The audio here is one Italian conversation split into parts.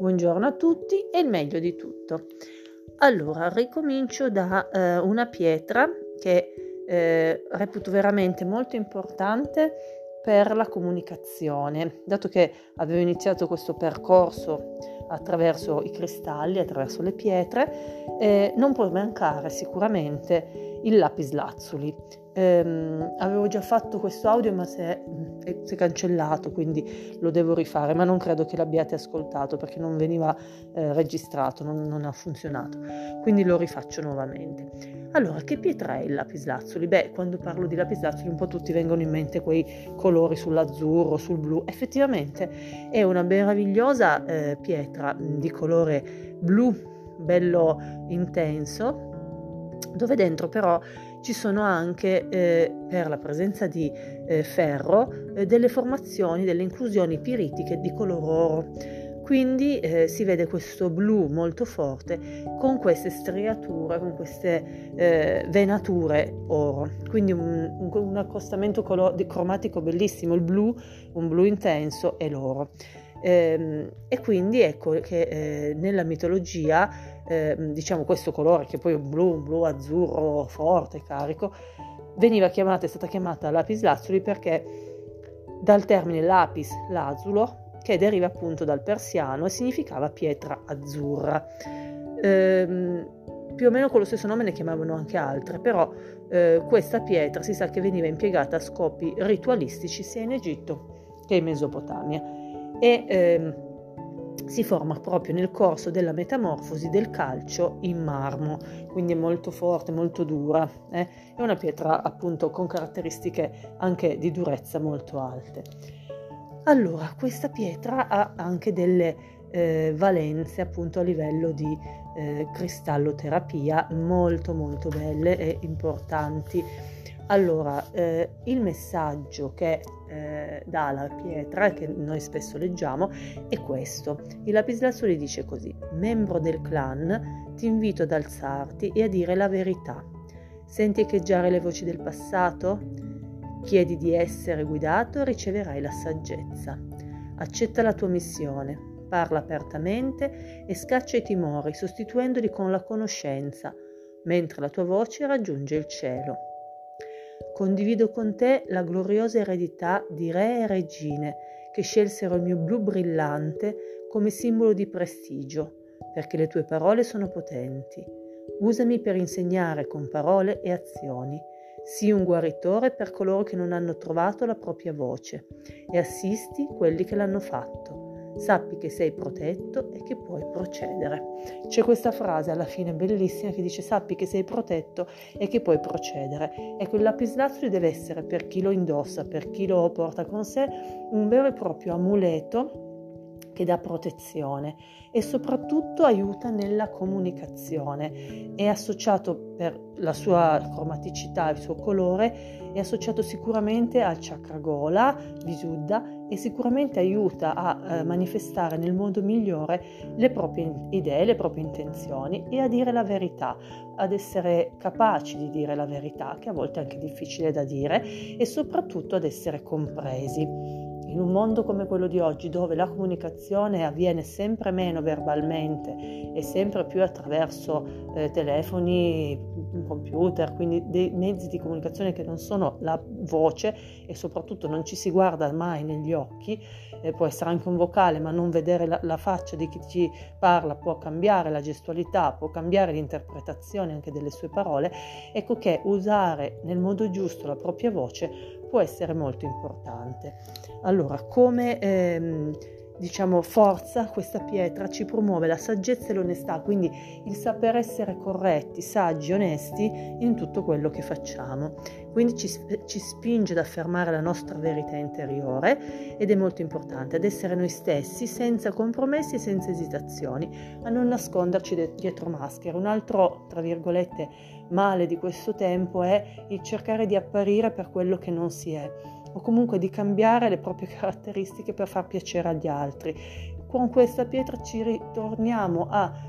Buongiorno a tutti e il meglio di tutto. Allora, ricomincio da una pietra che reputo veramente molto importante per la comunicazione, dato che avevo iniziato questo percorso attraverso i cristalli, attraverso le pietre, non può mancare sicuramente il lapislazzuli. Avevo già fatto questo audio ma si è cancellato, quindi lo devo rifare, ma non credo che l'abbiate ascoltato perché non veniva registrato, non ha funzionato, quindi lo rifaccio nuovamente. Allora, che pietra è il lapislazzuli? Quando parlo di lapislazzuli un po' tutti vengono in mente quei colori sull'azzurro, sul blu. Effettivamente è una meravigliosa pietra di colore blu bello intenso, dove dentro però ci sono anche, per la presenza di ferro, delle formazioni, delle inclusioni piritiche di color oro. Quindi si vede questo blu molto forte con queste striature, con queste venature oro. Quindi un accostamento cromatico bellissimo, il blu, un blu intenso e l'oro. E quindi ecco che nella mitologia diciamo questo colore, che poi è un blu azzurro forte, carico, è stata chiamata lapislazzuli perché dal termine lapis lazulo, che deriva appunto dal persiano e significava pietra azzurra. Più o meno con lo stesso nome ne chiamavano anche altre, però questa pietra si sa che veniva impiegata a scopi ritualistici sia in Egitto che in Mesopotamia e si forma proprio nel corso della metamorfosi del calcio in marmo, quindi è molto forte, molto dura, è una pietra appunto con caratteristiche anche di durezza molto alte. Allora, questa pietra ha anche delle valenze appunto a livello di cristalloterapia molto molto belle e importanti. Allora, il messaggio che dà la pietra, che noi spesso leggiamo, è questo. Il lapislazzuli dice così: membro del clan, ti invito ad alzarti e a dire la verità. Senti echeggiare le voci del passato? Chiedi di essere guidato e riceverai la saggezza. Accetta la tua missione, parla apertamente e scaccia i timori, sostituendoli con la conoscenza, mentre la tua voce raggiunge il cielo. Condivido con te la gloriosa eredità di re e regine che scelsero il mio blu brillante come simbolo di prestigio, perché le tue parole sono potenti. Usami per insegnare con parole e azioni. Sii un guaritore per coloro che non hanno trovato la propria voce e assisti quelli che l'hanno fatto. Sappi che sei protetto e che puoi procedere. C'è questa frase alla fine bellissima che dice: sappi che sei protetto e che puoi procedere. Ecco, il lapislazzuli deve essere, per chi lo indossa, per chi lo porta con sé, un vero e proprio amuleto che dà protezione e soprattutto aiuta nella comunicazione. È associato, per la sua cromaticità, il suo colore, è associato sicuramente al chakra gola, Visuddha, e sicuramente aiuta a manifestare nel modo migliore le proprie idee, le proprie intenzioni e a dire la verità, ad essere capaci di dire la verità, che a volte è anche difficile da dire, e soprattutto ad essere compresi. In un mondo come quello di oggi, dove la comunicazione avviene sempre meno verbalmente e sempre più attraverso telefoni, computer, quindi dei mezzi di comunicazione che non sono la voce e soprattutto non ci si guarda mai negli occhi, può essere anche un vocale, ma non vedere la faccia di chi ci parla può cambiare la gestualità, può cambiare l'interpretazione anche delle sue parole. Ecco che usare nel modo giusto la propria voce può essere molto importante. Allora, come forza, questa pietra ci promuove la saggezza e l'onestà, quindi il saper essere corretti, saggi, onesti in tutto quello che facciamo. Quindi ci spinge ad affermare la nostra verità interiore ed è molto importante, ad essere noi stessi senza compromessi e senza esitazioni, a non nasconderci dietro maschere. Un altro, tra virgolette, male di questo tempo è il cercare di apparire per quello che non si è, o comunque di cambiare le proprie caratteristiche per far piacere agli altri. Con questa pietra ci ritorniamo a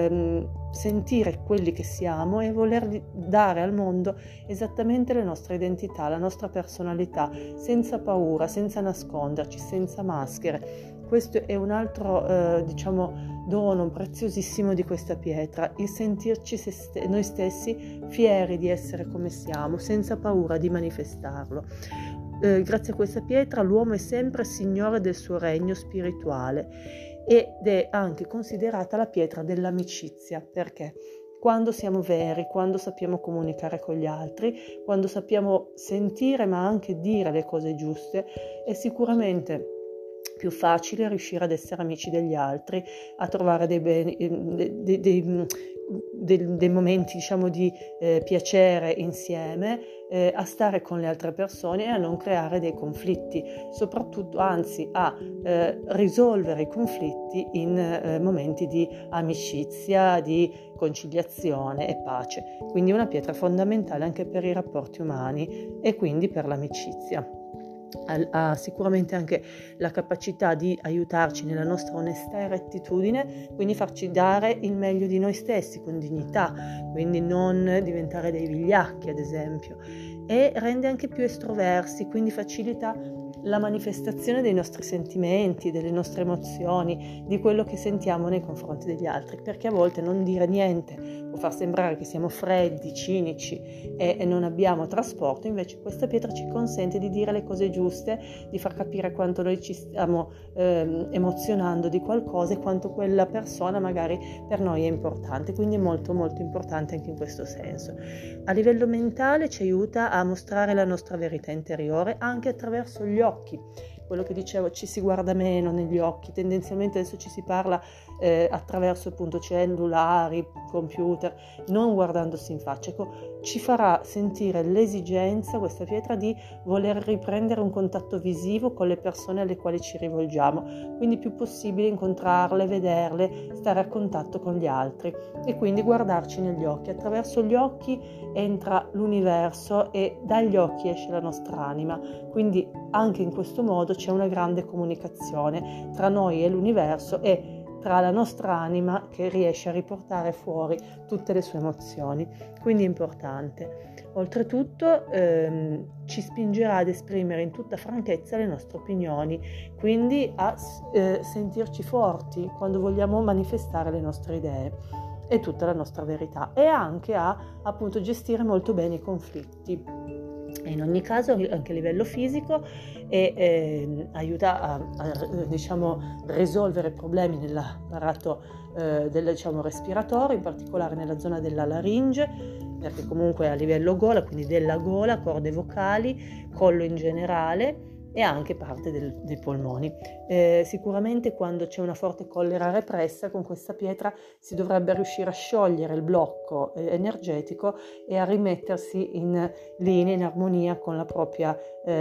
sentire quelli che siamo e voler dare al mondo esattamente le nostre identità, la nostra personalità, senza paura, senza nasconderci, senza maschere. questo è un altro dono preziosissimo di questa pietra, il sentirci noi stessi fieri di essere come siamo, senza paura di manifestarlo. Grazie a questa pietra l'uomo è sempre signore del suo regno spirituale ed è anche considerata la pietra dell'amicizia, perché quando siamo veri, quando sappiamo comunicare con gli altri, quando sappiamo sentire ma anche dire le cose giuste, è sicuramente più facile riuscire ad essere amici degli altri, a trovare dei momenti di piacere insieme, a stare con le altre persone e a non creare dei conflitti, soprattutto anzi a risolvere i conflitti in momenti di amicizia, di conciliazione e pace. Quindi è una pietra fondamentale anche per i rapporti umani e quindi per l'amicizia. Ha sicuramente anche la capacità di aiutarci nella nostra onestà e rettitudine, quindi farci dare il meglio di noi stessi con dignità, quindi non diventare dei vigliacchi ad esempio, e rende anche più estroversi, quindi facilita la manifestazione dei nostri sentimenti, delle nostre emozioni, di quello che sentiamo nei confronti degli altri, perché a volte non dire niente può far sembrare che siamo freddi, cinici e non abbiamo trasporto. Invece questa pietra ci consente di dire le cose giuste, di far capire quanto noi ci stiamo emozionando di qualcosa e quanto quella persona magari per noi è importante, quindi è molto molto importante anche in questo senso. A livello mentale ci aiuta a mostrare la nostra verità interiore anche attraverso gli occhi. Quello che dicevo, ci si guarda meno negli occhi, tendenzialmente adesso ci si parla attraverso appunto cellulari, computer, non guardandosi in faccia. Ecco, ci farà sentire l'esigenza, questa pietra, di voler riprendere un contatto visivo con le persone alle quali ci rivolgiamo, quindi più possibile incontrarle, vederle, stare a contatto con gli altri e quindi guardarci negli occhi. Attraverso gli occhi entra l'universo e dagli occhi esce la nostra anima, quindi anche in questo modo c'è una grande comunicazione tra noi e l'universo e tra la nostra anima che riesce a riportare fuori tutte le sue emozioni, quindi è importante. Oltretutto ci spingerà ad esprimere in tutta franchezza le nostre opinioni, quindi a sentirci forti quando vogliamo manifestare le nostre idee e tutta la nostra verità, e anche a appunto gestire molto bene i conflitti. E in ogni caso anche a livello fisico aiuta a risolvere problemi nell'apparato respiratorio, in particolare nella zona della laringe, perché comunque a livello gola, quindi della gola, corde vocali, collo in generale e anche parte dei polmoni. Sicuramente quando c'è una forte collera repressa, con questa pietra si dovrebbe riuscire a sciogliere il blocco energetico e a rimettersi in linea, in armonia con la propria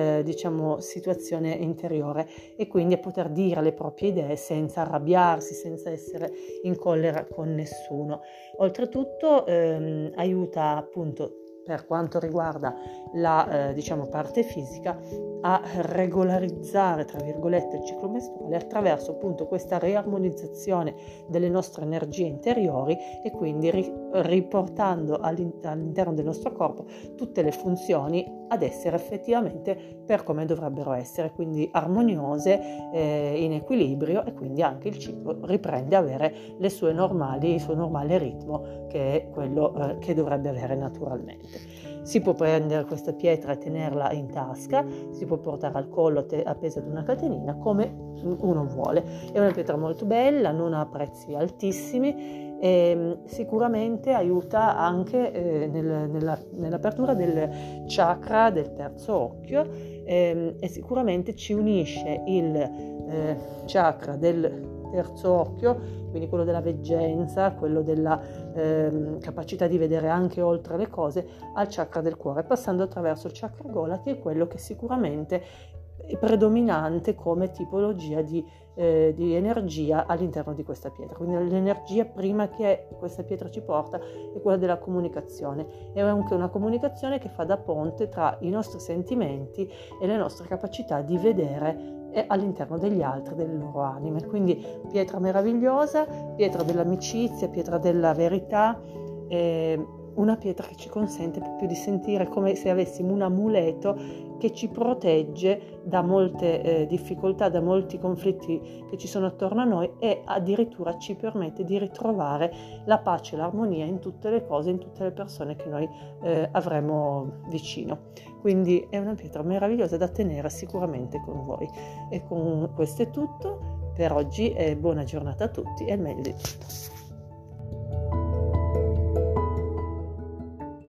situazione interiore, e quindi a poter dire le proprie idee senza arrabbiarsi, senza essere in collera con nessuno. Oltretutto aiuta appunto, per quanto riguarda la parte fisica, a regolarizzare tra virgolette il ciclo mestruale attraverso appunto questa riarmonizzazione delle nostre energie interiori e quindi riportando all'interno del nostro corpo tutte le funzioni ad essere effettivamente per come dovrebbero essere, quindi armoniose, in equilibrio, e quindi anche il ciclo riprende a avere il suo normale ritmo, che è quello che dovrebbe avere naturalmente. Si può prendere questa pietra e tenerla in tasca, si può portare al collo appesa ad una catenina, come uno vuole. È una pietra molto bella, non ha prezzi altissimi e sicuramente aiuta anche nell'apertura del chakra del terzo occhio e sicuramente ci unisce il chakra del terzo occhio, quindi quello della veggenza, quello della capacità di vedere anche oltre le cose, al chakra del cuore, passando attraverso il chakra gola, che è quello che sicuramente è predominante come tipologia di energia all'interno di questa pietra. Quindi l'energia prima che questa pietra ci porta è quella della comunicazione, è anche una comunicazione che fa da ponte tra i nostri sentimenti e le nostre capacità di vedere all'interno degli altri, delle loro anime. Quindi pietra meravigliosa, pietra dell'amicizia, pietra della verità, una pietra che ci consente proprio di sentire come se avessimo un amuleto che ci protegge da molte difficoltà, da molti conflitti che ci sono attorno a noi, e addirittura ci permette di ritrovare la pace e l'armonia in tutte le cose, in tutte le persone che noi avremo vicino. Quindi è una pietra meravigliosa da tenere sicuramente con voi. E con questo è tutto per oggi, e buona giornata a tutti e il meglio di tutto.